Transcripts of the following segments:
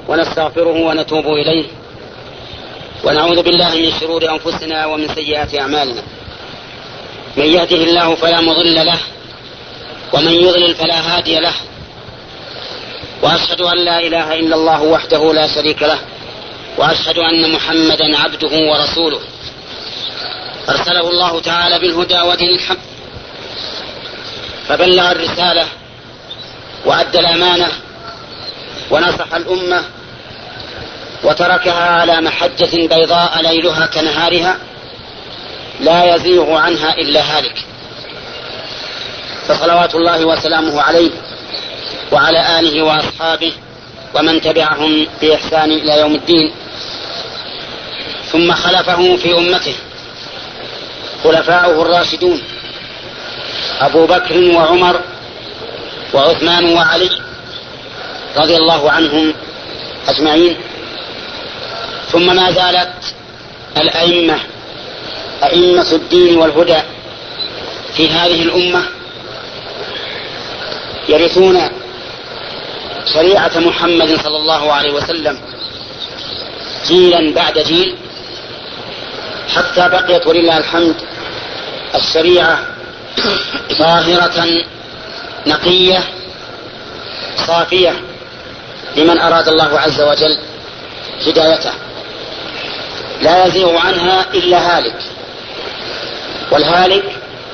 ونستغفره ونتوب إليه ونعوذ بالله من شرور أنفسنا ومن سيئات أعمالنا. من يهده الله فلا مضل له ومن يضلل فلا هادي له، وأشهد أن لا إله إلا الله وحده لا شريك له، وأشهد أن محمدا عبده ورسوله أرسله الله تعالى بالهدى ودين الحق فبلغ الرسالة وأدى الأمانة ونصح الأمة وتركها على محجة بيضاء ليلها كنهارها لا يزيغ عنها إلا هالك، فصلوات الله وسلامه عليه وعلى آله وأصحابه ومن تبعهم بإحسان إلى يوم الدين. ثم خلفه في أمته خلفاؤه الراشدون أبو بكر وعمر وعثمان وعلي رضي الله عنهم أجمعين. ثم ما زالت أئمة الدين والهدى في هذه الأمة يرثون شريعة محمد صلى الله عليه وسلم جيلا بعد جيل، حتى بقيت ولله الحمد الشريعة ظاهرة نقية صافية لمن أراد الله عز وجل هدايته، لا يزيغ عنها إلا هالك. والهالك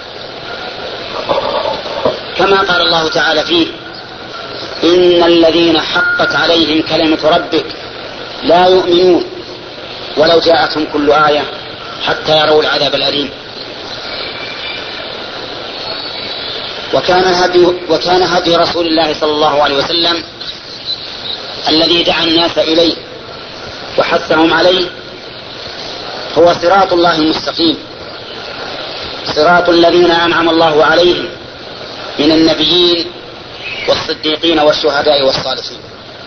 كما قال الله تعالى فيه: إن الذين حقت عليهم كلمة ربك لا يؤمنون ولو جاءتهم كل آية حتى يروا العذاب الأليم. وكان هدي رسول الله صلى الله عليه وسلم الذي دعا الناس إليه وحثهم عليه هو صراط الله المستقيم، صراط الذين أنعم الله عليهم من النبيين والصديقين والشهداء والصالحين.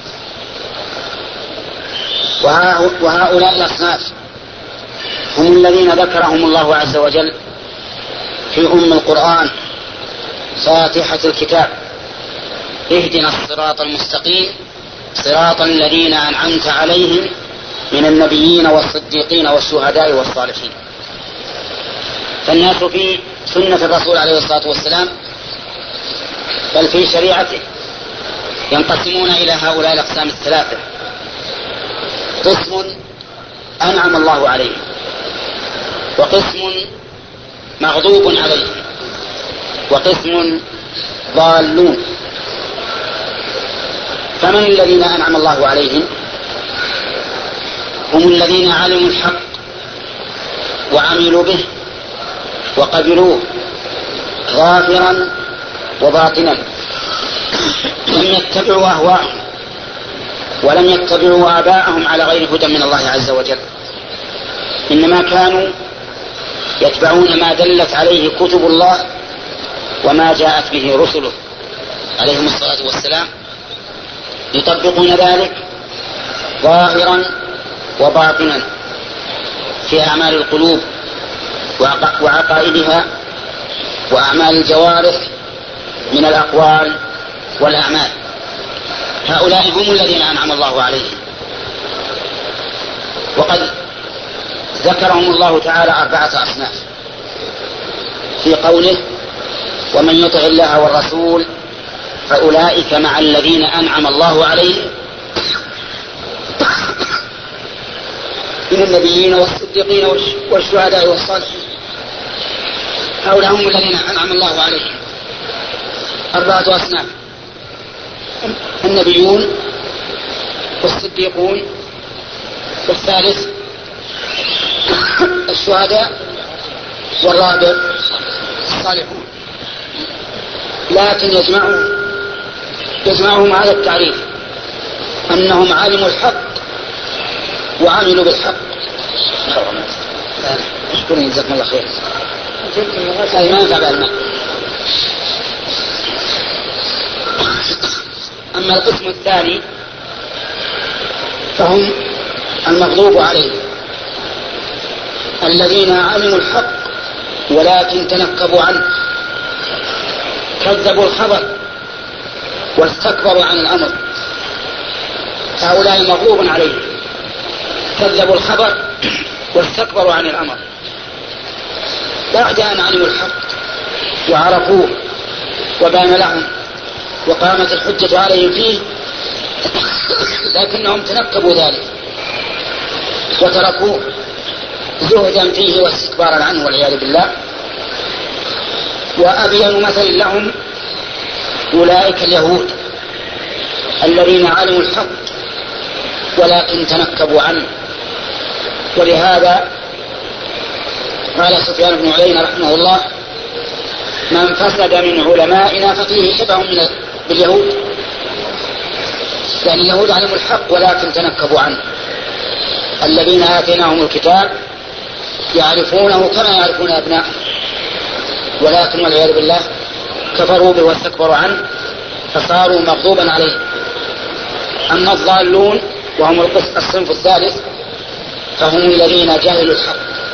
وهؤلاء الأصناف هم الذين ذكرهم الله عز وجل في القرآن فاتحة الكتاب: اهدنا الصراط المستقيم صراط الذين أنعمت عليهم من النبيين والصديقين والشهداء والصالحين. فالناس في سنة الرسول عليه الصلاة والسلام بل في شريعته ينقسمون إلى هؤلاء الأقسام الثلاثة: قسم أنعم الله عليه، وقسم مغضوب عليه، وقسم ضالون. فمن الذين أنعم الله عليهم؟ هم الذين علموا الحق وعملوا به وقبلوه ظاهرا وباطنا، لم يتبعوا أهواءهم ولم يتبعوا آباءهم على غير هدى من الله عز وجل، إنما كانوا يتبعون ما دلت عليه كتب الله وما جاءت به رسله عليهم الصلاة والسلام، يطبقون ذلك ظاهرا وباطنا في أعمال القلوب وعقائدها وأعمال الجوارح من الأقوال والأعمال. هؤلاء هم الذين أنعم الله عليهم، وقد ذكرهم الله تعالى 4 أصناف في قوله: ومن يطع الله والرسول فأولئك مع الذين أنعم الله عليهم من النبيين والصديقين والشهداء والصالحين. هؤلاء هم الذين أنعم الله عليهم. 4 أصناف: النبيون والصديقون، والثالث الشهداء، والرابع الصالحون. لكن يجمعهم هذا التعريف: أنهم علموا الحق وعملوا بالحق. اشكرني جزاكم الله خير. هذه ما ينفع بالماء. أما القسم الثاني فهم المغضوب عليهم، الذين علموا الحق ولكن تنكبوا عنه، كذبوا الخبر واستكبروا عن الأمر، هؤلاء مغضوب عليهم، كذبوا الخبر واستكبروا عن الأمر بعد أن علموا الحق وعرفوه وبان لهم وقامت الحجة عليهم فيه، لكنهم تنكبوا ذلك وتركوه زهدا فيه واستكبارا عنه والعياذ بالله. وأبين مثل لهم أولئك اليهود الذين علموا الحق ولكن تنكبوا عنه. ولهذا قال سفيان بن عيينة رحمه الله: من فسد من علمائنا ففيه شبه باليهود، يعني اليهود علموا الحق ولكن تنكبوا عنه. الذين آتيناهم الكتاب يعرفونه كما يعرفون أبناءهم، ولكن والعياذ بالله كفروا به واستكبروا عنه فصاروا مغضوبا عليهم. أما الضالون وهم الصنف الثالث فهم الذين جهلوا الحق،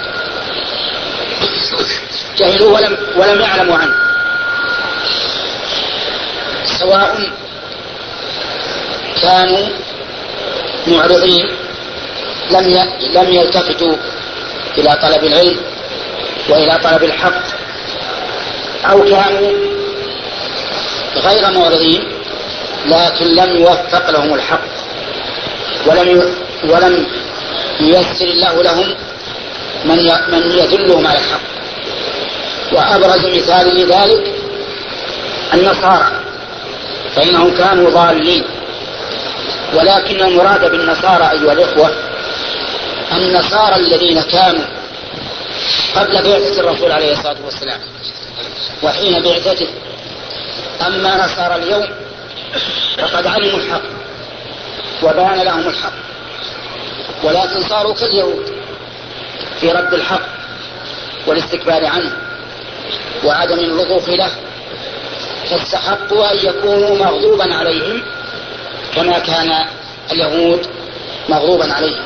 جهلوا ولم يعلموا عنه، سواء كانوا معرضين لم يلتفتوا إلى طلب العلم وإلى طلب الحق، أو كانوا غير معرضين لكن لم يوفق لهم الحق ولم ييسر الله لهم من يدلهم على الحق. وأبرز مثال لذلك النصارى، فإنهم كانوا ضالين، ولكن المراد بالنصارى أيها الإخوة النصارى الذين كانوا قبل بعثة الرسول عليه الصلاة والسلام وحين بعثته. أما نصارى اليوم فقد علموا الحق وبان لهم الحق، ولكن صاروا كاليهود في رد الحق والاستكبار عنه وعدم اللطف له، فاستحقوا أن يكونوا مغضوبا عليهم كما كان اليهود مغضوبا عليهم.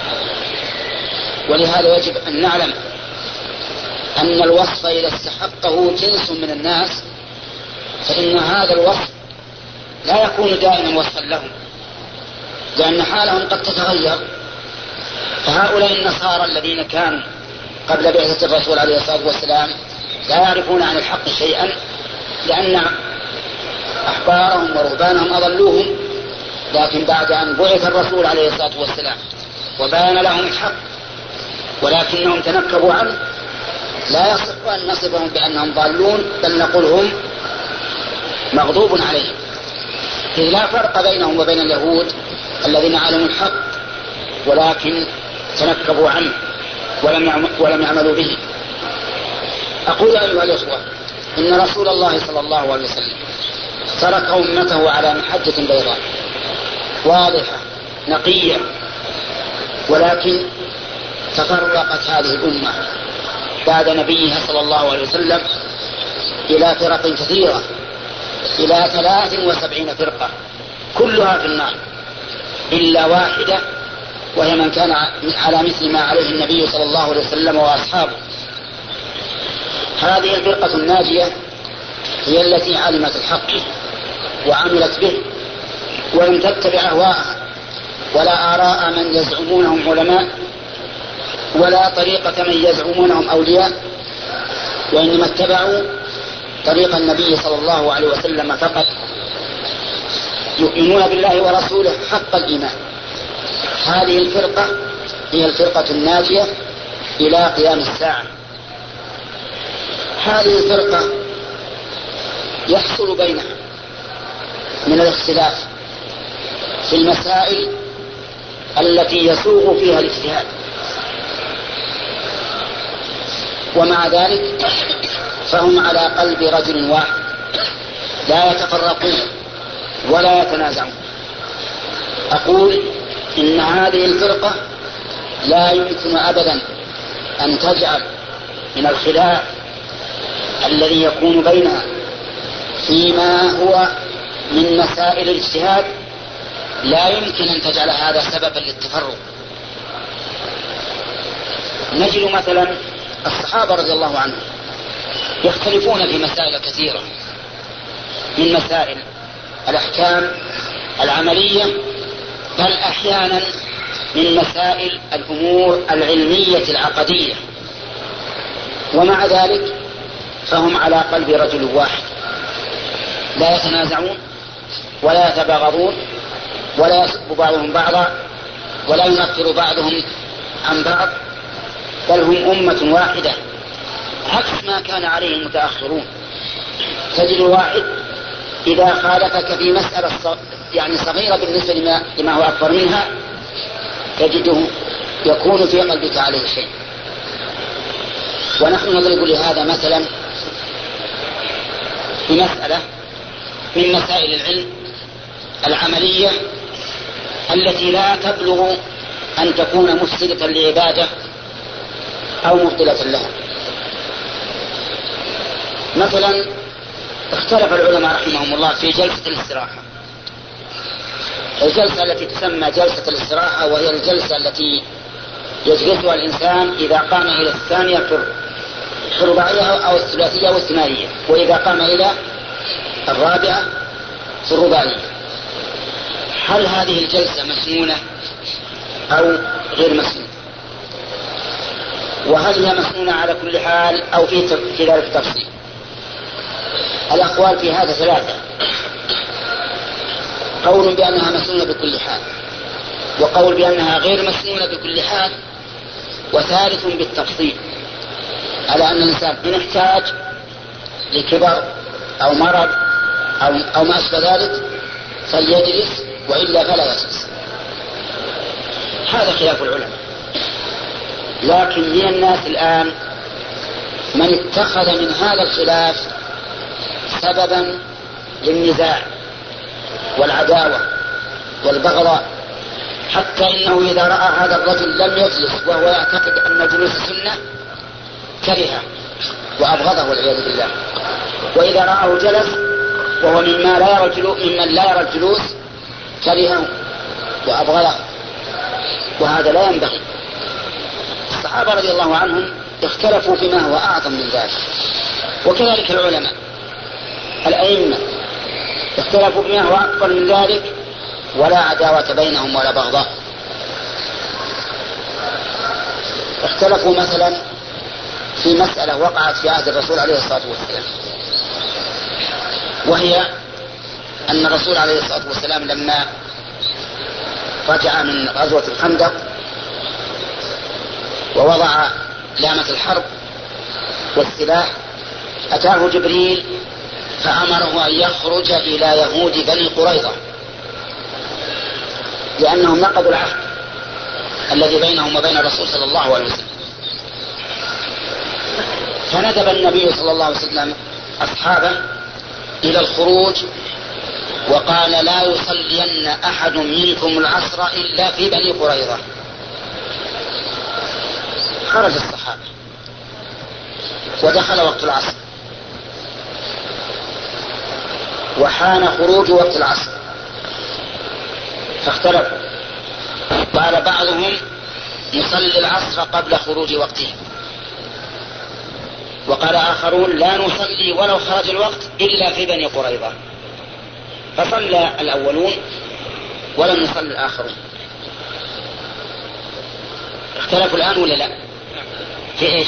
ولهذا يجب أن نعلم أن الوصف إذا استحقه جنس من الناس فإن هذا الوصف لا يكون دائما وصفا لهم، لأن حالهم قد تتغير. فهؤلاء النصارى الذين كانوا قبل بعثة الرسول عليه الصلاة والسلام لا يعرفون عن الحق شيئا، لأن أحبارهم ورهبانهم أضلوهم، لكن بعد أن بعث الرسول عليه الصلاة والسلام وبان لهم الحق ولكنهم تنكبوا عنه، لا يصح أن نصفهم بأنهم ضالون، بل نقول هم مغضوب عليهم، إذ لا فرق بينهم وبين اليهود الذين علموا الحق ولكن تنكبوا عنه ولم يعملوا به. أقول أيها الأخوة إن رسول الله صلى الله عليه وسلم ترك أمته على محجة بيضاء واضحة نقية، ولكن تفرقت هذه الأمة بعد نبيها صلى الله عليه وسلم إلى فرق كثيرة، إلى 73 فرقة كلها في النار إلا واحدة، وهي من كان على مثل ما عليه النبي صلى الله عليه وسلم وأصحابه. هذه الفرقة الناجية هي التي علمت الحق وعملت به ولم تتبع أهواءها ولا آراء من يزعمونهم علماء ولا طريقة من يزعمونهم أولياء، وإنما اتبعوا طريق النبي صلى الله عليه وسلم فقط، يؤمنون بالله ورسوله حق الإيمان. هذه الفرقة هي الفرقة الناجية إلى قيام الساعة. هذه الفرقة يحصل بينها من الاختلاف في المسائل التي يسوغ فيها الاجتهاد، ومع ذلك فهم على قلب رجل واحد لا يتفرقون ولا يتنازعون. أقول إن هذه الفرقة لا يمكن أبدا أن تجعل من الخلاف الذي يكون بينها فيما هو من مسائل الاجتهاد، لا يمكن أن تجعل هذا سببا للتفرق. نجد مثلا الصحابة رضي الله عنهم يختلفون في مسائل كثيرة من مسائل الأحكام العملية بل أحيانا من مسائل الأمور العلمية العقدية، ومع ذلك فهم على قلب رجل واحد، لا يتنازعون ولا يتباغضون ولا يسب بعضهم بعضا ولا ينفر بعضهم عن بعض، بل هم أمة واحدة عكس ما كان عليه المتأخرون. تجد الواحد إذا خالفك في مسألة يعني صغيرة بالنسبة لما هو أكبر منها تجده يكون في قلبك عليه شيء. ونحن نضرب لهذا مثلا بمسألة من مسائل العلم العملية التي لا تبلغ أن تكون مفسدة لعبادة أو مبطلة لها. مثلا اختلف العلماء رحمهم الله في جلسة الاستراحة. الجلسة التي تسمى جلسة الاستراحة وهي الجلسة التي يجلسها الإنسان إذا قام إلى الثانية في الرباعية أو الثلاثية أو الثنائية، وإذا قام إلى الرابعة في الرباعية. هل هذه الجلسة مسنونة أو غير مسنونة؟ وهل هي مسنونة على كل حال أو في ذلك تفصيل؟ الأقوال في هذا ثلاثة: قول بأنها مسنونة بكل حال، وقول بأنها غير مسنونة بكل حال، وثالث بالتفصيل، على أن الإنسان إن احتاج لكبر أو مرض أو ما أشبه ذلك فليجلس، وإلا فلا يجلس. هذا خلاف العلماء. لكن من الناس الآن من اتخذ من هذا الخلاف سببا للنزاع والعداوة والبغضاء، حتى إنه إذا رأى هذا الرجل لم يجلس وهو يعتقد أن جلوس سنة كرهه وأبغضه والعياذ بالله، وإذا رآه جلس وهو ممن لا يرى الجلوس كرهه وأبغضه، وهذا لا ينبغي. الصحابة رضي الله عنهم اختلفوا فيما هو أعظم من ذلك، وكذلك العلماء الأئمة اختلفوا فيما هو أكبر من ذلك، ولا عداوة بينهم ولا بغضاء. اختلفوا مثلا في مسألة وقعت في عهد الرسول عليه الصلاة والسلام، وهي أن الرسول عليه الصلاة والسلام لما رجع من غزوة الخندق ووضع لامة الحرب والسلاح أتاه جبريل فأمره أن يخرج إلى يهود بني قريظة، لأنهم نقضوا العهد الذي بينهم وبين الرسول صلى الله عليه وسلم. فندب النبي صلى الله عليه وسلم أصحابه إلى الخروج، وقال: لا يصلين أحد منكم العصر إلا في بني قريظة. خرج الصحابة ودخل وقت العصر، وحان خروج وقت العصر، فاختلفوا، قال بعضهم: نصلي العصر قبل خروج وقته، وقال آخرون: لا نصلي ولو خرج الوقت إلا في بني قريظة. فصلى الأولون ولم يصلي الآخرون. اختلفوا الآن ولا لا؟ في إيش؟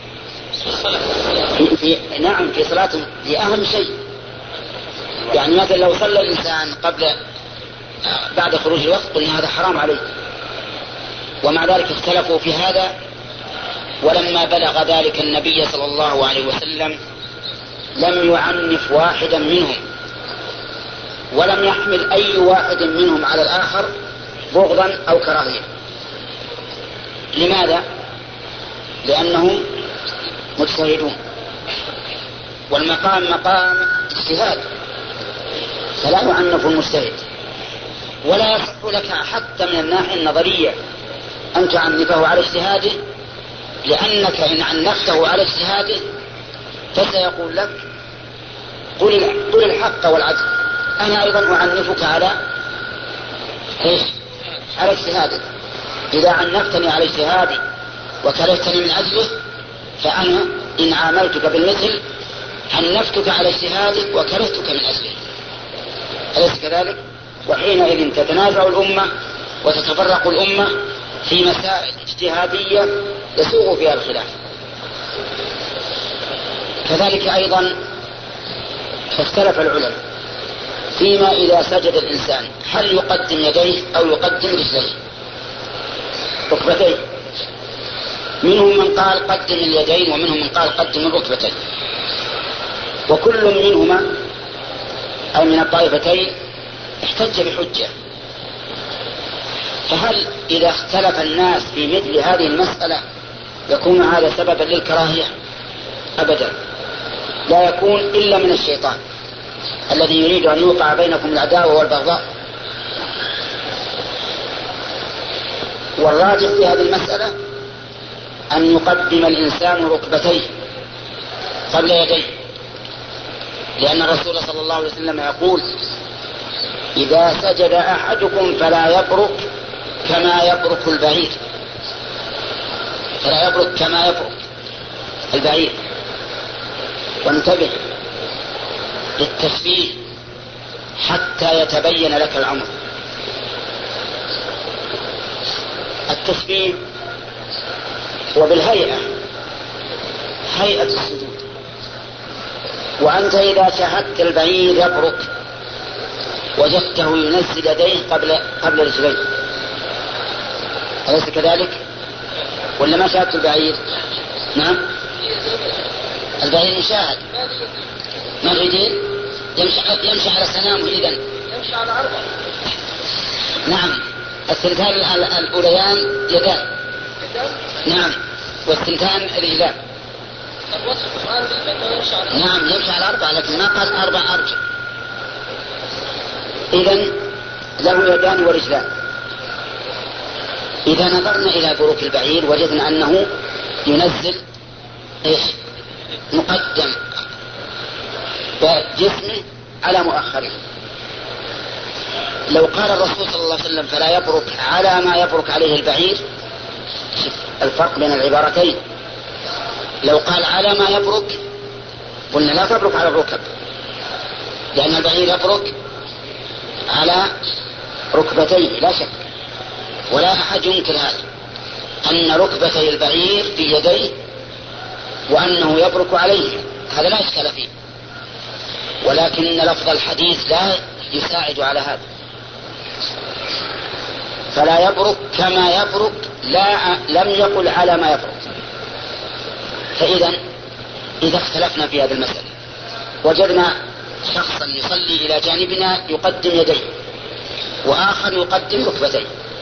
نعم، في صلاة، في أهم شيء. يعني مثلا لو صلى الإنسان بعد خروج الوقت قلنا هذا حرام عليه، ومع ذلك اختلفوا في هذا. ولما بلغ ذلك النبي صلى الله عليه وسلم لم يعنف واحدا منهم، ولم يحمل أي واحد منهم على الآخر بغضا أو كراهية. لماذا؟ لأنهم مجتهدون، والمقام مقام اجتهاد، فلا يعنف المجتهد، ولا يصح لك حتى من الناحية النظرية أن تعنفه على اجتهاده، لأنك إن عنفته على اجتهاده فسيقول لك: قل الحق والعدل، أنا أيضا أعنفك على إيش؟ على اجتهادك. إذا عنفتني على اجتهادي وكرهتني من أجله، فأنا إن عاملتك بالمثل عنفتك على اجتهادك وكرهتك من أجله. أليس كذلك؟ وحينئذ تتنازع الأمة وتتفرق الأمة في مسائل اجتهادية يسوغ فيها الخلاف. كذلك أيضا اختلف العلماء فيما إذا سجد الإنسان هل يقدم يديه أو يقدم رجليه ركبتيه. منهم من قال قدم اليدين ومنهم من قال قدم الركبتين، وكل منهما أو من الطائفتين احتج بحجة. فهل إذا اختلف الناس في مثل هذه المسألة يكون هذا سببا للكراهية؟ أبدا، لا يكون إلا من الشيطان الذي يريد أن يوقع بينكم العداوة والبغضاء. والراجح في هذه المسألة أن يقدم الإنسان ركبتيه قبل يديه، لأن الرسول صلى الله عليه وسلم يقول إذا سجد أحدكم فلا يبرك كما يبرك البعير، فلا يبرك كما يبرك البعير. وانتبه للتشبيه حتى يتبين لك الأمر. التشبيه هو بالهيئة، هيئة السجود. وأنت إذا شاهدت البعير يبرك وجدته ينزل يديه قبل رجليه، أليس كذلك؟ ولا ما شاهدت البعير؟ نعم، البعير مشاهد. ما الرجل يمشي على سنامه، إذن يمشي على أربع. نعم، الثنتان الأوليان يدان. نعم، والثنتان رجلان. نعم، يمشي على أربع، لكن ما قال 4 أرجل. إذن له يدان ورجلان. إذا نظرنا إلى بروك البعير وجدنا أنه ينزل مقدم جسمه على مؤخره. لو قال الرسول صلى الله عليه وسلم فلا يبرك على ما يبرك عليه البعير، الفرق بين العبارتين. لو قال على ما يبرك قلنا لا تبرك على الركب، لأن البعير يبرك على ركبتيه لا شك، ولا أحد ينكر هذا، أن ركبتي البعير في يديه وأنه يبرك عليه، هذا لا إشكال فيه. ولكن لفظ الحديث لا يساعد على هذا. فلا يبرك كما يبرك، لم يقل على ما يبرك. فإذا إذا اختلفنا في هذه المسألة وجدنا شخصا يصلي إلى جانبنا يقدم يديه وآخر يقدم ركبتيه،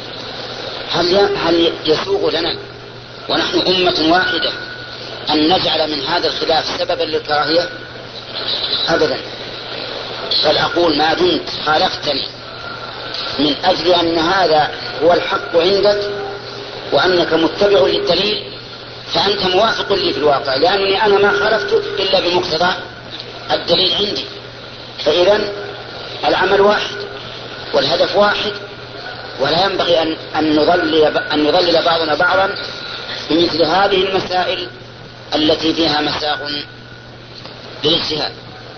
هل يسوغ لنا ونحن أمة واحدة أن نجعل من هذا الخلاف سببا للكراهية؟ أبدا. بل أقول ما دمت خالفتني من أجل أن هذا هو الحق عندك وأنك متبع للدليل فأنت موافق لي في الواقع، لأنني أنا ما خالفتك إلا بمقتضى الدليل عندي. فإذا العمل واحد والهدف واحد، ولا ينبغي أن نضلل بعضنا بعضا بمثل هذه المسائل التي فيها مساغ للاجتهاد.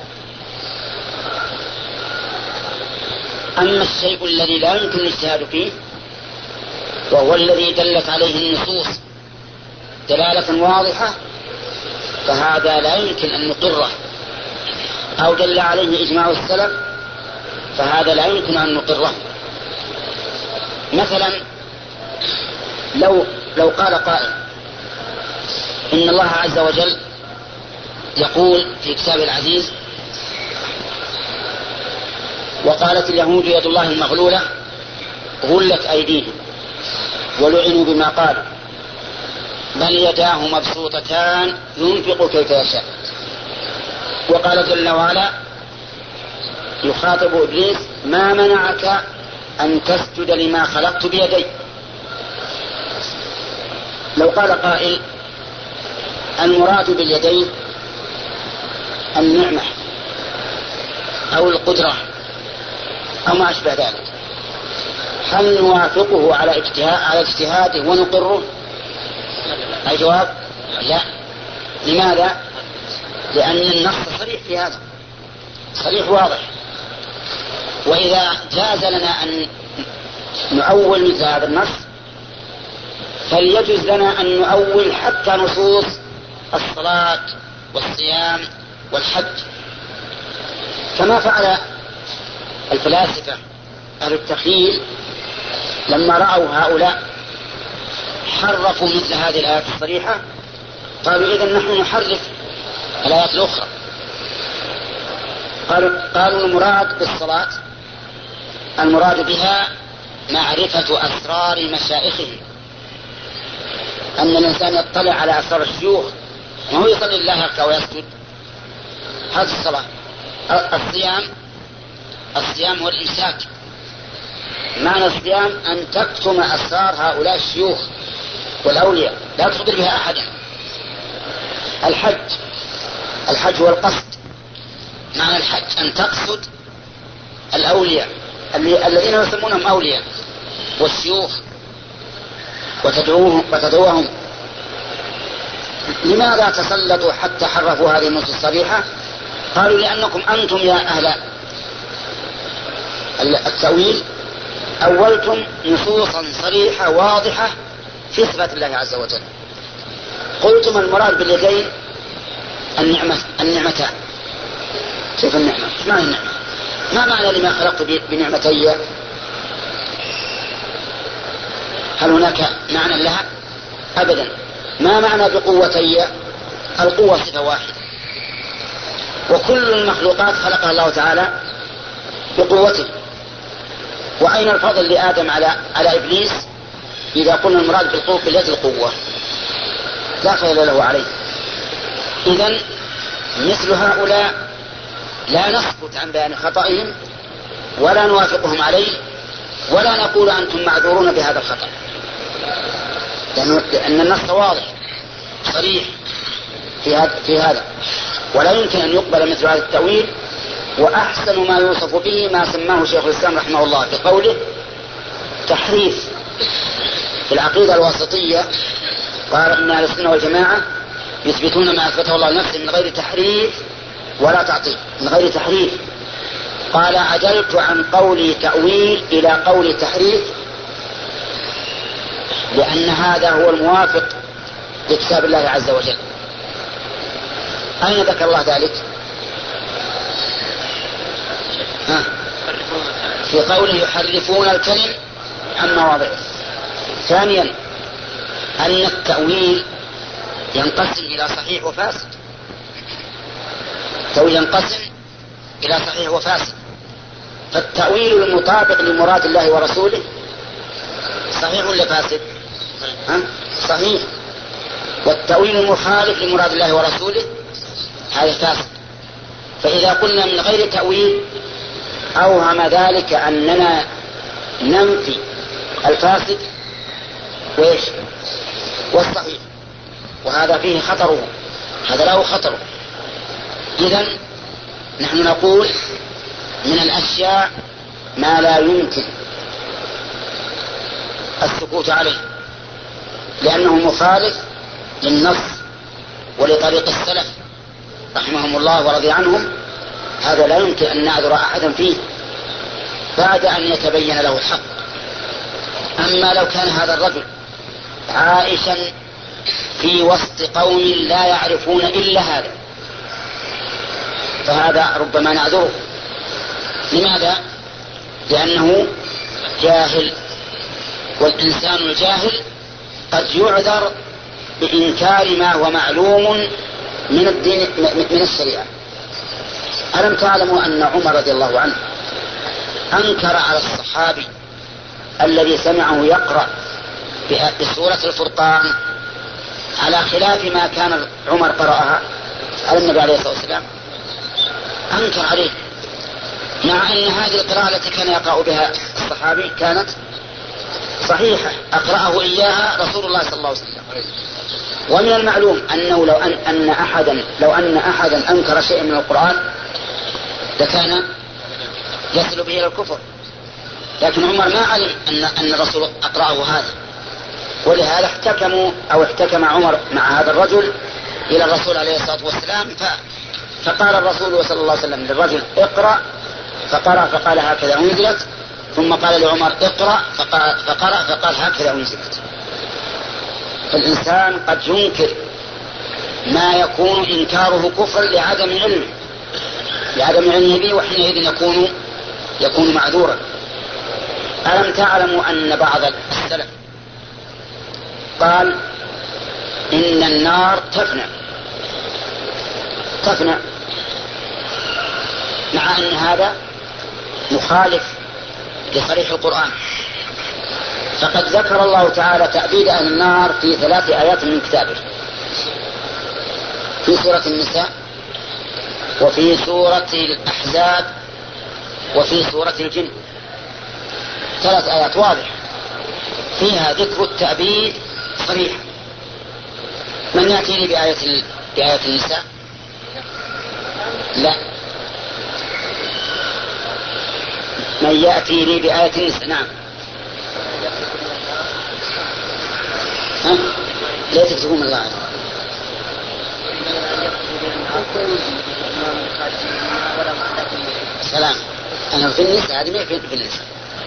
أما الشيء الذي لا يمكن الاجتهاد فيه وهو الذي دلت عليه النصوص دلالة واضحة، فهذا لا يمكن أن نقره، أو دل عليه إجماع السلف فهذا لا يمكن أن نقره. مثلا لو قال قائل إن الله عز وجل يقول في كتابه العزيز وقالت اليهود يد الله المغلولة غلت أيديهم ولعنوا بما قالوا بل يداه مبسوطتان ينفق كيف يشاء. وقال جل وعلا يخاطب إبليس ما منعك أن تسجد لما خلقت بيدي. لو قال قائل المراد باليدين النعمة أو القدرة أو ما أشبه ذلك، هل نوافقه على اجتهاده ونقره؟ الجواب لا. لماذا؟ لأن النص صريح في هذا، صريح واضح. وإذا جاز لنا أن نؤول مثل هذا النص فليجوز لنا أن نؤول حتى نصوص الصلاة والصيام والحج، كما فعل الفلاسفة أهل التخيل لما رأوا هؤلاء حرفوا مثل هذه الآيات الصريحة، قالوا إذن نحن نحرف الآيات الأخرى. قالوا المراد بالصلاة المراد بها معرفة أسرار مشائخه، أن الإنسان يطلع على أسرار الشيوخ وهو يصلي الله يركع ويسجد، هذه الصلاة. الصيام هو الإمساك، معنى الصيام أن تكتم أسرار هؤلاء الشيوخ والأولياء لا تخبر بها أحدا. الحج هو القصد، معنى الحج أن تقصد الأولياء الذين يسمونهم أولياء والشيوخ وتدعوهم. لماذا تسلطوا حتى حرفوا هذه النصوص الصريحة؟ قالوا لأنكم أنتم يا أهل التأويل أولتم نصوصا صريحة واضحة في صفات الله عز وجل. قلتم المراد باليدين النعمتان. كيف النعمة؟ ما هي النعمة؟ ما معنى لما خلقت بنعمتي؟ هل هناك معنى لها؟ أبدا. ما معنى بقوتي؟ القوة صفة واحدة، وكل المخلوقات خلقها الله تعالى بقوته. وأين الفضل لآدم على إبليس إذا قلنا المراد بالقوة باليد القوة؟ لا فضل له عليه. إذن مثل هؤلاء لا نسكت عن بيان خطئهم ولا نوافقهم عليه ولا نقول أنتم معذورون بهذا الخطأ، لأن النص واضح صريح في هذا، ولا يمكن أن يقبل مثل هذا التأويل. وأحسن ما يوصف به ما سماه شيخ الإسلام رحمه الله بقوله تحريف. في العقيدة الواسطية قال إن أهل السنة والجماعة يثبتون ما أثبته الله لنفسه من غير تحريف ولا تعطيل، من غير تحريف. قال عدلت عن قولي تأويل إلى قولي تحريف لأن هذا هو الموافق لكتاب الله عز وجل. أين ذكر الله ذلك؟ في قوله يحرفون الكلم عن مواضعه. ثانيا أن التأويل ينقسم إلى صحيح وفاسد. التأويل ينقسم إلى صحيح وفاسد. فالتأويل المطابق لمراد الله ورسوله صحيح ولا فاسد؟ صحيح. والتأويل المخالف لمراد الله ورسوله هذا فاسد. فإذا قلنا من غير تأويل أوهم ذلك أننا ننفي الفاسد وإيش والصحيح، وهذا فيه خطره، هذا له خطره. إذن نحن نقول من الأشياء ما لا يمكن السكوت عليه لأنه مخالف للنص ولطريق السلف رحمهم الله ورضي عنهم. هذا لا يمكن أن نعذر أحدا فيه بعد أن يتبين له الحق. أما لو كان هذا الرجل عائشا في وسط قوم لا يعرفون إلا هذا فهذا ربما نعذره. لماذا؟ لأنه جاهل، والإنسان الجاهل قد يعذر بإنكار ما هو معلوم من الدين من الشريعة. ألم تعلموا أن عمر رضي الله عنه أنكر على الصحابي الذي سمعه يقرأ بسورة الفرقان على خلاف ما كان عمر قرأها على النبي عليه الصلاة والسلام؟ أنكر عليه، مع أن هذه القراءة التي كان يقرأ بها الصحابي كانت صحيحة، أقرأه إياها رسول الله صلى الله عليه وسلم. ومن المعلوم أنه لو أن أحدا أنكر شيئا من القرآن لكان يصل به إلى الكفر، لكن عمر ما علم أن الرسول أقرأه هذا، ولهذا احتكم عمر مع هذا الرجل إلى الرسول عليه الصلاة والسلام، فقال الرسول صلى الله عليه وسلم للرجل اقرأ، فقرأ فقال هكذا أنزلت، ثم قال لعمر اقرأ فقال هكذا أنزلت. فالإنسان قد ينكر ما يكون إنكاره كفر لعدم علمه به، وحينئذ يكون معذورا. ألم تعلموا أن بعض السلف قال إن النار تفنى مع أن هذا مخالف لصريح القرآن. فقد ذكر الله تعالى تأبيد أهل النار في 3 آيات من كتابه، في سورة النساء وفي سورة الأحزاب وفي سورة الجن. 3 آيات واضحة فيها ذكر التأبيد صريح. من يأتي لي بآية النساء؟ لا. من يأتي لي بآية النساء؟ نعم. لا تكتبون الله عنه. سلام. أنا في النساء، هذه ما في النساء.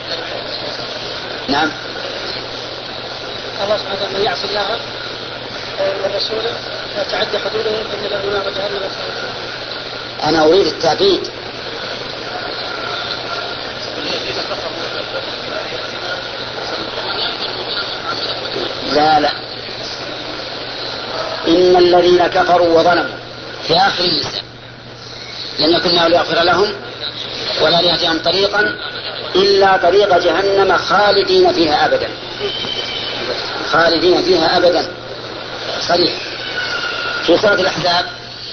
نعم. الله سبحانه وتعالى من يعصي الله ورسوله وتعدى حدوده فإن له نار جهنم. أنا أريد التأبيد. لا إن الذين كفروا وظلموا في آخر النساء لم يكن الله ليغفر لهم ولا ليهديهم طريقا إلا طريق جهنم خالدين فيها أبدا صريح. في سورة الأحزاب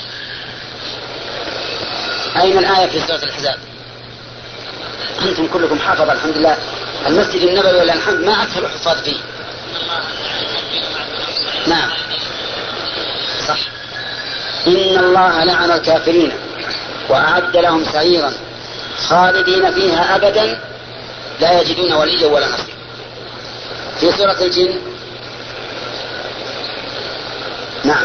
أين الآية في سورة الأحزاب؟ أنتم كلكم حافظ الحمد لله. المسجد النبوي ولا الحمد ما أكثر الحفاظ فيه. نعم صح. إن الله لعن الكافرين وأعد لهم سعيرا خالدين فيها أبدا لا يجدون وليا ولا نصيرا. في سورة الجن نعم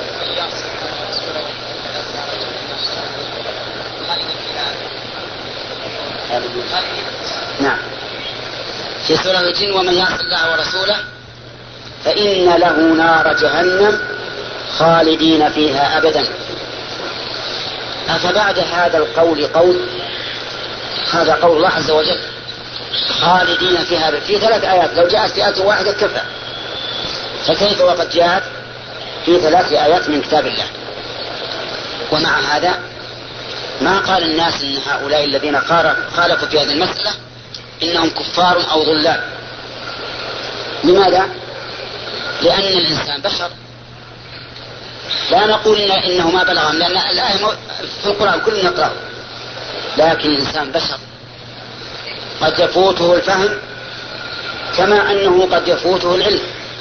نعم في سورة الجن ومن يعص الله ورسوله فإن له نار جهنم خالدين فيها أبدا. أفبعد هذا القول هذا قول الله عز وجل خالدين فيها أبدا في 3 آيات. لو جاءت في آية واحدة كفى، فكيف وقد جاءت في 3 آيات من كتاب الله؟ ومع هذا ما قال الناس إن هؤلاء الذين خالفوا في هذه المسألة إنهم كفار أو ضلال. لماذا؟ لأن الإنسان بشر. لا نقول إنه ما بلغهم، لأن الآية في القرآن كلنا نقرأه، لكن الإنسان بشر قد يفوته الفهم كما أنه قد يفوته العلم،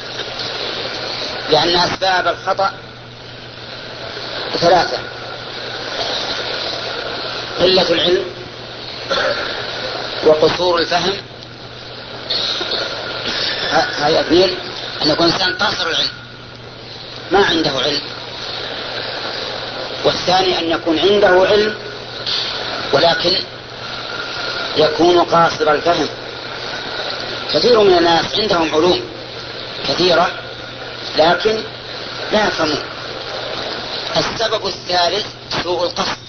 لأن أسباب الخطأ 3: قلة العلم وقصور الفهم. هذا 2: أن يكون إنسان قاصر العلم ما عنده علم. والثاني أن يكون عنده علم ولكن يكون قاصر الفهم. كثير من الناس عندهم علوم كثيرة لكن لا يفهمون. السبب الثالث سوء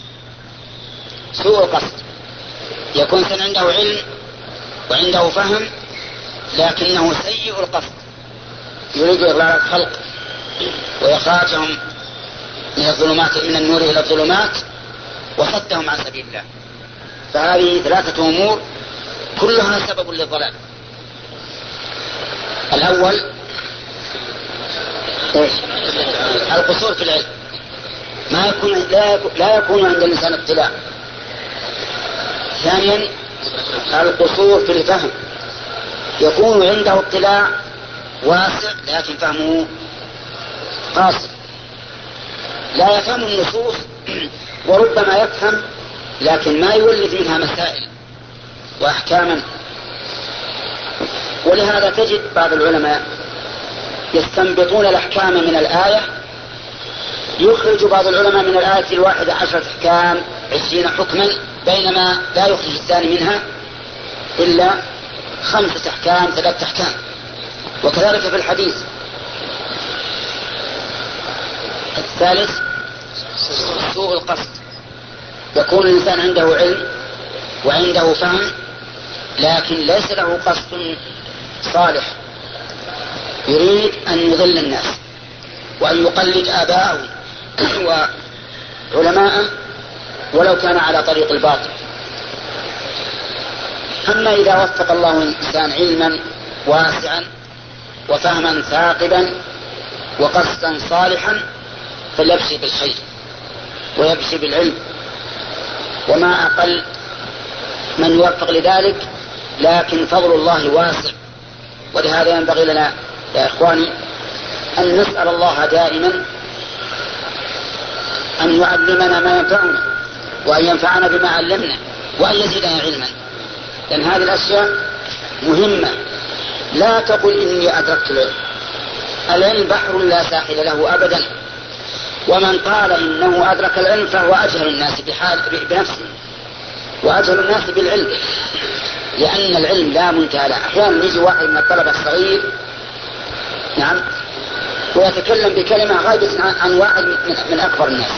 القصد. يكون إنسان عنده علم وعنده فهم لكنه سيء القصد، يريد إضلال الخلق وإخراجهم من النور إلى الظلمات وصدهم عن سبيل الله. فهذه 3 أمور كلها سبب للضلال. الأول القصور في العلم، لا يكون عند الإنسان اطلاع. ثانيا القصور في الفهم، يكون عنده اطلاع واسع لكن فهمه قاصر، لا يفهم النصوص وربما يفهم لكن ما يولد منها مسائل وأحكاما. ولهذا تجد بعض العلماء يستنبطون الأحكام من الآية، يخرج بعض العلماء من الآية الواحدة 10 أحكام 20 حكما، بينما لا يخرج الثاني منها إلا 5 أحكام 3 أحكام. وكذلك في الحديث. الثالث سوء القصد، يكون الإنسان عنده علم وعنده فهم لكن ليس له قصد صالح، يريد أن يضل الناس وأن يقلد آباءه وعلماءه ولو كان على طريق الباطل. أما إذا وفق الله الإنسان علما واسعا وفهما ثاقبا وقصدا صالحا فليبشر بالخير ويبشر بالعلم، وما أقل من يوفق لذلك، لكن فضل الله واسع. ولهذا ينبغي لنا يا إخواني أن نسأل الله دائما أن يعلمنا ما ينفعنا وأن ينفعنا بما علمنا وأن يزيدنا علما، لأن هذه الأشياء مهمة. لا تقل إني أدركت العلم، العلم بحر لا ساحل له أبدا، ومن قال إنه أدرك العلم فهو أجهل الناس بنفسه وأجهل الناس بالعلم، لأن العلم لا منتهى له. أحيانا يجي واحد من الطلبة الصغير نعم ويتكلم بكلمة غايبة عن واحد من أكبر الناس،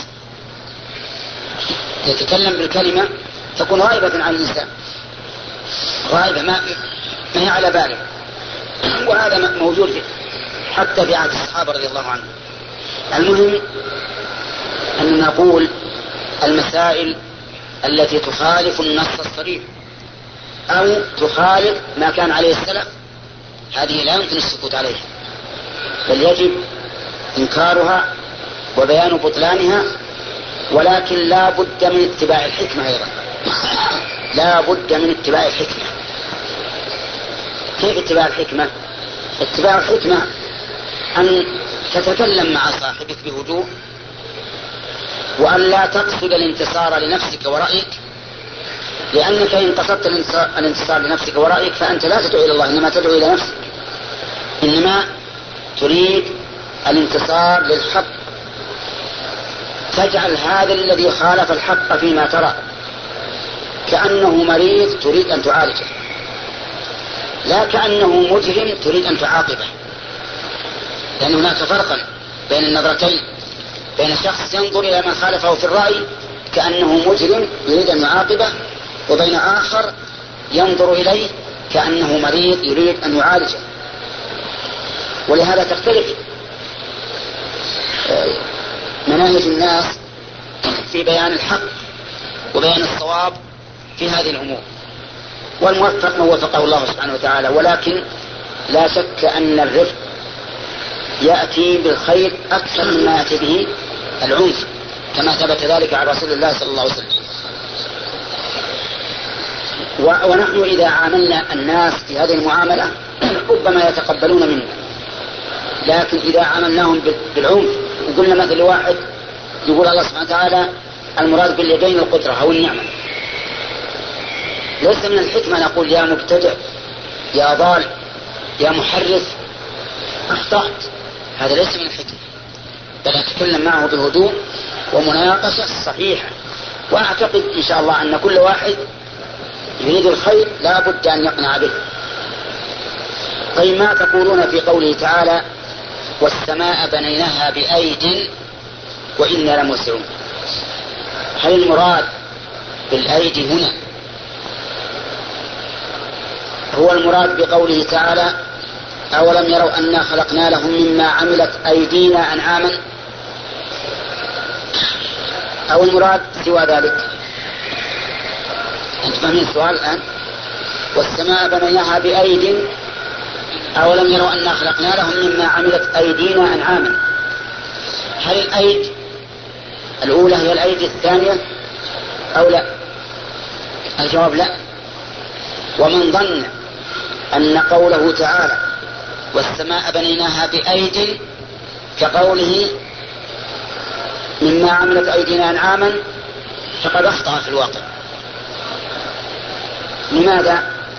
يتكلم بالكلمة تكون غائبة عن الإنسان، غائبة ما هي على باله. وهذا موجود حتى في عهد الصحابة رضي الله عنهم. المهم أن نقول المسائل التي تخالف النص الصريح أو تخالف ما كان عليه السلف هذه لا يمكن السكوت عليها، بل يجب إنكارها وبيان بطلانها، ولكن لا بد من اتباع الحكمة أيضا، لا بد من اتباع الحكمة. كيف اتباع الحكمة؟ اتباع الحكمة أن تتكلم مع صاحبك بهدوء، وأن لا تقصد الانتصار لنفسك ورأيك، لأنك إن قصدت الانتصار لنفسك ورأيك فأنت لا تدعو إلى الله، إنما تدعو إلى نفسك، إنما تريد الانتصار للحق. تجعل هذا الذي خالف الحق فيما ترى كأنه مريض تريد أن تعالجه، لا كأنه مجرم تريد أن تعاقبه، لأن هناك فرقا بين النظرتين، بين شخص ينظر إلى من خالفه في الرأي كأنه مجرم يريد أن يعاقبه، وبين آخر ينظر إليه كأنه مريض يريد أن يعالجه. ولهذا تختلف مناهج الناس في بيان الحق وبيان الصواب في هذه الأمور، والموفق من وفقه الله سبحانه وتعالى. ولكن لا شك أن الرفق يأتي بالخير أكثر مما يأتي به العنف، كما ثبت ذلك عن رسول الله صلى الله عليه وسلم. ونحن إذا عاملنا الناس في هذه المعاملة ربما يتقبلون منا، لكن إذا عاملناهم بالعنف وقلنا مثل واحد يقول الله سبحانه وتعالى المراد باليدين القدرة أو النعمة، ليس من الحكمة نقول يا مبتدع يا ضال يا محرف أخطأت، هذا ليس من الحكمة، بل أتكلم معه بهدوء ومناقشة صحيحة. وأعتقد إن شاء الله أن كل واحد يريد الخير لا بد أن يقنع به. طيب ما تقولون في قوله تعالى والسماء بنيناها بأيد وإنا لموسعون؟ هل المراد بالأيدي هنا هو المراد بقوله تعالى أولم يروا أنا خلقنا لهم مما عملت أيدينا أنعاما، أو المراد سوى ذلك؟ أنت فاهمين السؤال الآن؟ والسماء بنيناها بأيد أولم يروا أنا خلقنا لهم مما عملت أيدينا أنعاما، هل الأيد الأولى هي الأيد الثانية أو لا؟ الجواب لا. ومن ظن أن قوله تعالى والسماء بنيناها بأيد كقوله مما عملت أيدينا أنعاما فقد أخطأ في الواقع. لماذا؟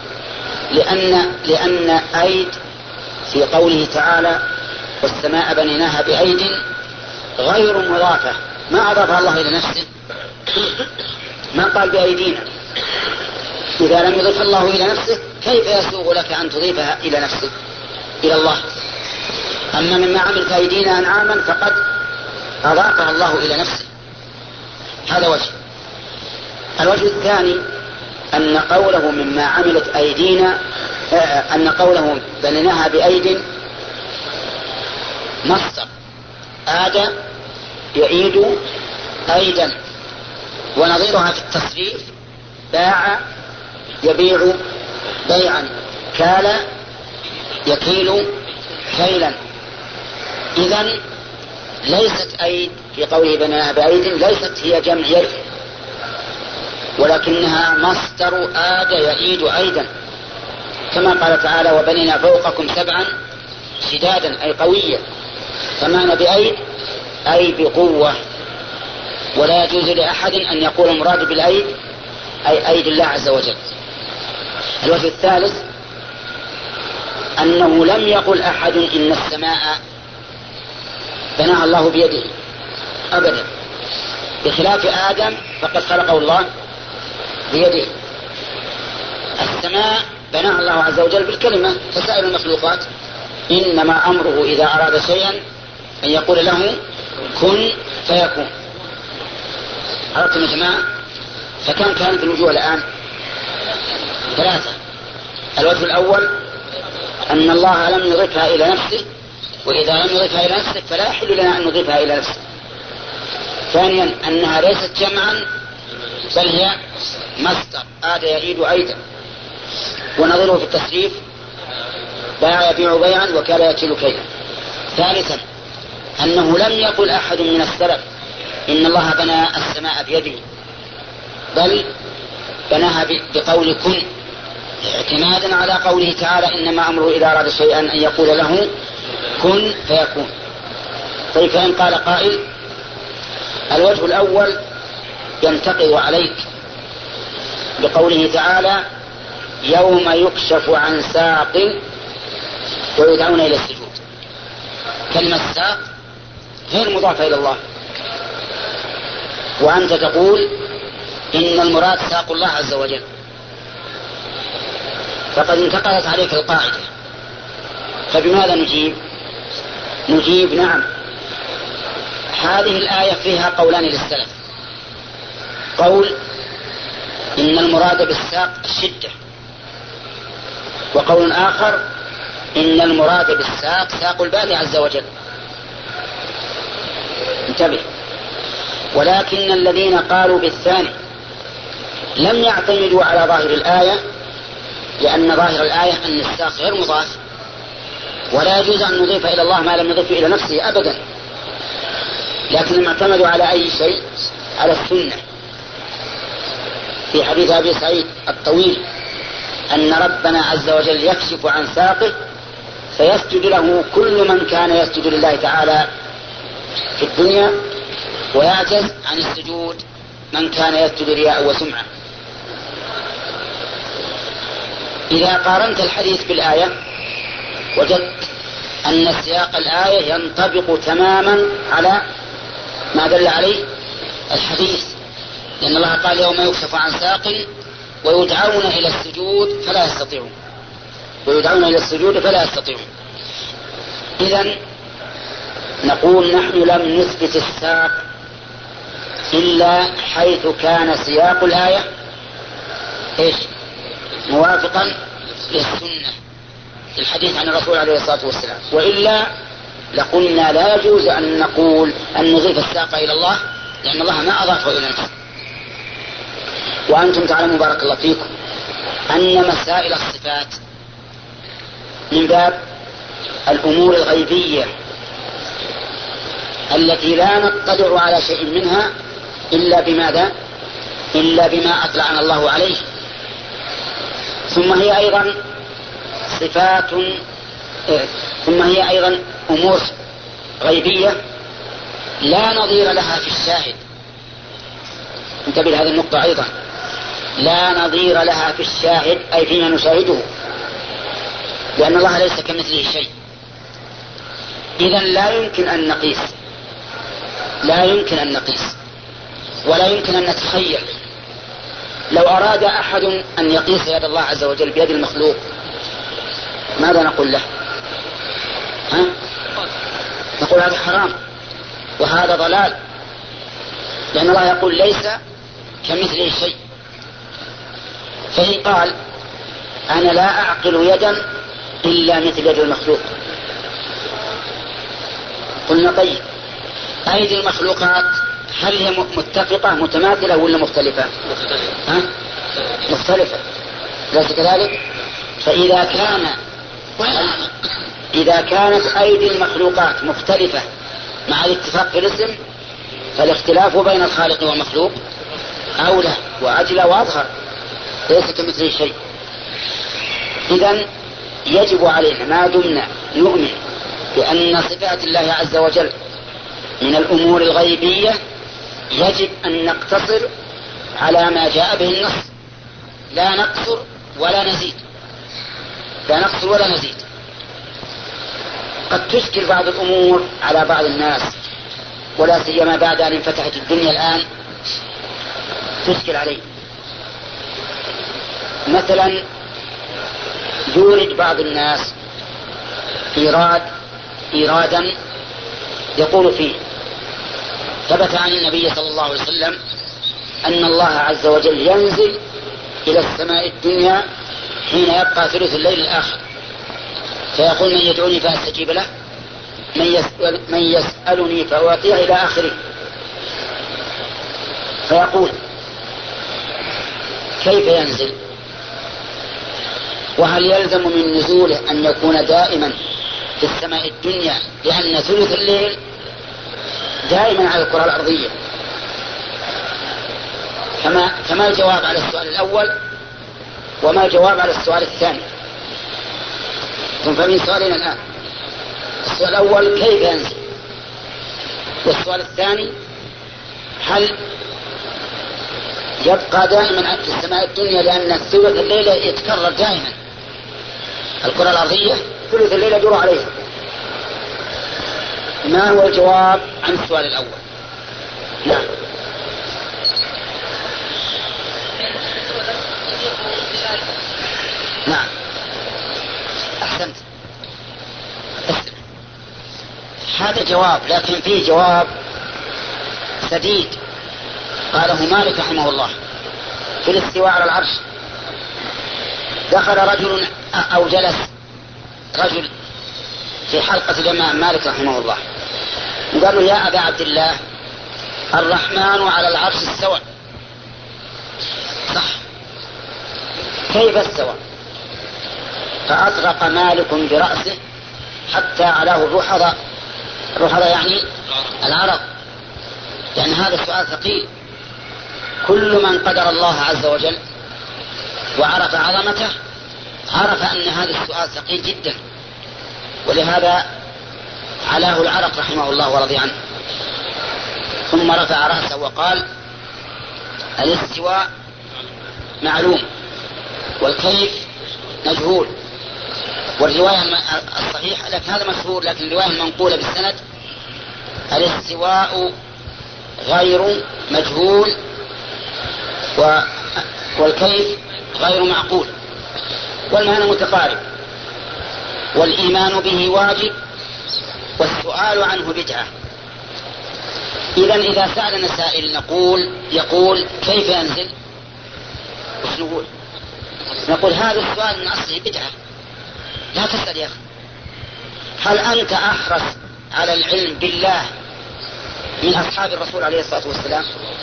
لأن أيد في قوله تعالى والسماء بنيناها بأيد غير مضافة، ما أضاف الله إلى نفسه، ما قال بأيدينا، إذا لم يضف الله إلى نفسه كيف يسوغ لك أن تضيفها إلى نفسك إلى الله؟ أما مما عملت أيدينا أنعاما فقد أضافها الله إلى نفسه. هذا وجه. الوجه الثاني أن قوله مما عملت أيدينا، أن قوله بنيناها بأيد مصدر آد يعيد أيدا، ونظيرها في التصريف باع يبيع بيعا، كال يكيل كيلا. إذن ليست أيد في قوله بناها بأيد ليست هي جمع يد، ولكنها مصدر آد يعيد أيدا، كما قال تعالى وبنينا فوقكم سبعا شدادا أي قوية. فمعنى بأيد أي بقوة، ولا يجوز لأحد أن يقول المراد بالأيد أي أيد الله عز وجل. الوجه الثالث أنه لم يقل أحد إن السماء بناها الله بيده أبدا، بخلاف آدم فقد خلقه الله بيده. السماء بناها الله عز وجل بالكلمة، فسائر المخلوقات إنما أمره إذا أراد شيئا أن يقول له كن فيكون. عرفتم يا جماعة؟ فكم كانت الوجوه الآن؟ ثلاثة. الوجه الأول أن الله لم يضيفها إلى نفسه، وإذا لم يضيفها إلى نفسه فلا يحل لنا أن نضيفها إلى نفسه. ثانيا أنها ليست جمعا بل هي مصدر آد يعيد أيضا، ونظره في التصريف باع يبيع بيعا وكال يكيل كيلا. ثالثا أنه لم يقل أحد من السلف إن الله بنى السماء بيده، بل بناها بقول كن، اعتمادا على قوله تعالى إنما أمره إذا أراد شيئا أن يقول له كن فيكون. طيب فإن قال قائل الوجه الأول ينتقض عليك بقوله تعالى يوم يكشف عن ساق ويدعون إلى السجود. كلمة ساق غير مضافة إلى الله، وأنت تقول إن المراد ساق الله عز وجل، فقد انتقضت عليك القاعدة. فبماذا نجيب؟ نجيب نعم، هذه الآية فيها قولان للسلف، قول إن المراد بالساق الشدة، وقول آخر إن المراد بالساق ساق الباري عز وجل. انتبه. ولكن الذين قالوا بالثاني لم يعتمدوا على ظاهر الآية، لأن ظاهر الآية أن الساق غير مضاف، ولا يجوز أن نضيف إلى الله ما لم يضيف إلى نفسه أبدا، لكنهم اعتمدوا على أي شيء؟ على السنة. في حديث أبي سعيد الطويل أن ربنا عز وجل يكشف عن ساقه فيسجد له كل من كان يسجد لله تعالى في الدنيا، ويعجز عن السجود من كان يسجد رياء وسمعة. إذا قارنت الحديث بالآية وجدت أن سياق الآية ينطبق تماما على ما دل عليه الحديث، لأن الله قال يوم يكشف عن ساق ويدعون إلى السجود فلا يستطيعون، ويدعون إلى السجود فلا يستطيعون. إذن نقول نحن لم نثبت الساق إلا حيث كان سياق الآية إيش؟ موافقا للسنة، الحديث عن الرسول عليه الصلاة والسلام، وإلا لقلنا لا يجوز أن نقول أن نضيف الساق إلى الله، لأن الله ما أضافه إلى نفسه. وأنتم تعلمون بارك الله فيكم أن مسائل الصفات من باب الأمور الغيبية التي لا نطلع على شيء منها إلا بماذا؟ إلا بما أطلعنا الله عليه. ثم هي أيضا صفات، ثم هي أيضا أمور غيبية لا نظير لها في الشاهد. انتبه لهذه النقطة أيضا، لا نظير لها في الشاهد أي فيما نشاهده، لأن الله ليس كمثله شيء. إذن لا يمكن أن نقيس، لا يمكن أن نقيس، ولا يمكن أن نتخيل لو أراد أحد أن يقيس يد الله عز وجل بيد المخلوق ماذا نقول له؟ نقول هذا حرام وهذا ضلال، لأن الله يقول ليس كمثله شيء. فإن قال أنا لا أعقل يدا إلا مثل يد المخلوق، قلنا طيب أيدي المخلوقات هل هي متفقة متماثلة ولا مختلفة؟ مختلفة، ليس كذلك؟ إذا كانت أيدي المخلوقات مختلفة مع الاتفاق في الاسم، فالاختلاف بين الخالق والمخلوق أولى وأجلى وأظهر، ليس كمثله شيء. إذن يجب علينا ما دمنا نؤمن بأن صفات الله عز وجل من الأمور الغيبية يجب أن نقتصر على ما جاء به النص، لا نقصر ولا نزيد، لا نقصر ولا نزيد. قد تشكل بعض الأمور على بعض الناس، ولا سيما بعد أن انفتحت الدنيا الآن تشكل عليه. مثلا يورد بعض الناس إيرادا يقول فيه ثبت عن النبي صلى الله عليه وسلم أن الله عز وجل ينزل إلى السماء الدنيا حين يبقى ثلث الليل الآخر، فيقول من يدعوني فأستجيب له، من يسألني فأعطيه إلى آخره. فيقول كيف ينزل؟ وهل يلزم من نزوله أن يكون دائما في السماء الدنيا لأن ثلث الليل دائما على الكرة الأرضية؟ فما الجواب على السؤال الأول وما الجواب على السؤال الثاني؟ فمن سؤالين الآن، السؤال الأول كيف ينزل، والسؤال الثاني هل يبقى دائما في السماء الدنيا لأن ثلث الليلة يتكرر دائما، الكرة الأرضية ثلث الليلة يدور عليها. ما هو الجواب عن السؤال الأول؟ نعم. نعم أحسنت، هذا جواب، لكن فيه جواب سديد قاله مالك رحمه الله في الاستواء على العرش. دخل رجل أو جلس رجل في حلقة الإمام مالك رحمه الله وقال له يا أبا عبد الله الرحمن على العرش استوى، صح، كيف استوى؟ فأطرق مالك برأسه حتى علاه الرحضة، الرحضة يعني العرض، يعني هذا السؤال ثقيل. كل من قدر الله عز وجل وعرف عظمته عرف أن هذا السؤال ثقيل جدا، ولهذا علاه العرق رحمه الله ورضي عنه، ثم رفع رأسه وقال الاستواء معلوم والكيف مجهول. والرواية الصحيحة لكن هذا مشهور، لكن الرواية المنقولة بالسند الاستواء غير مجهول والكيف غير معقول، والمعنى متقارب، والإيمان به واجب والسؤال عنه بدعة. إذا سألنا سائل يقول كيف ينزل؟ وش نقول؟ نقول هذا السؤال من أصله بدعة، لا تسأل يا أخي. هل أنت أحرص على العلم بالله من أصحاب الرسول عليه الصلاة والسلام؟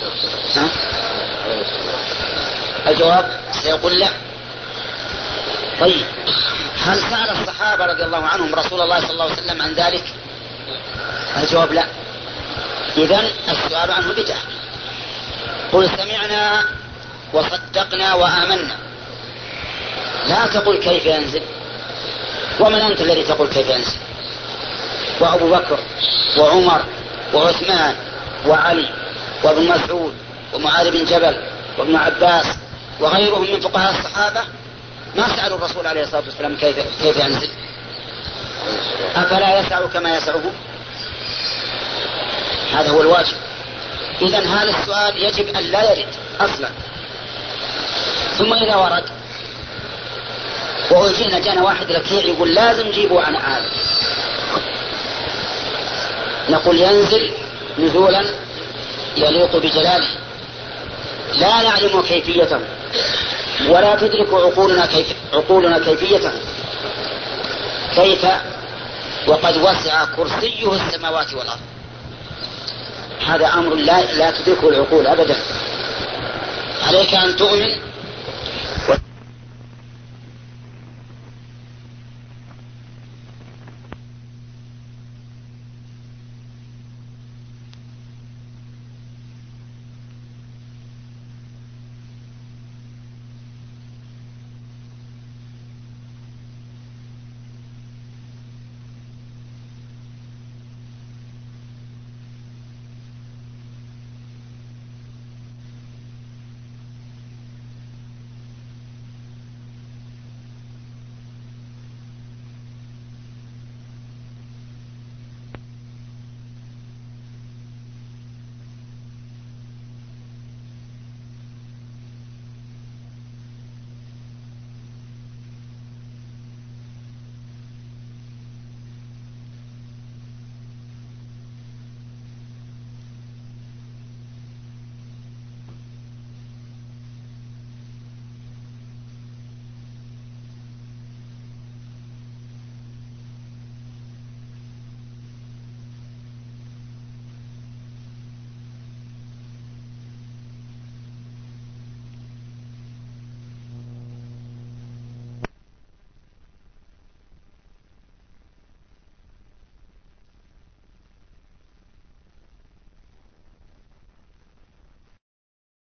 الجواب سيقول لا. طيب هل سأل الصحابة رضي الله عنهم رسول الله صلى الله عليه وسلم عن ذلك؟ الجواب لا. إذن السؤال عنه بدعة. قل سمعنا وصدقنا وآمنا، لا تقل كيف ينزل. ومن أنت الذي تقول كيف ينزل؟ وأبو بكر وعمر وعثمان وعلي وابن مسعود ومعاذ بن جبل وابن عباس وغيرهم من فقهاء الصحابة ما سألوا الرسول عليه الصلاة والسلام كيف ينزل. أفلا يسع كما يسعه؟ هذا هو الواجب. إذن هذا السؤال يجب أن لا يرد أصلا، ثم إذا ورد وهو يجينا جانا واحد ركيع يقول لازم جيبوا عن هذا، نقول ينزل نزولا يليق بجلاله، لا نعلم كيفيته ولا تدرك عقولنا كيفيته، كيف وقد وسع كرسيه السماوات والأرض. هذا أمر لا تدركه العقول أبدا. عليك أن تؤمن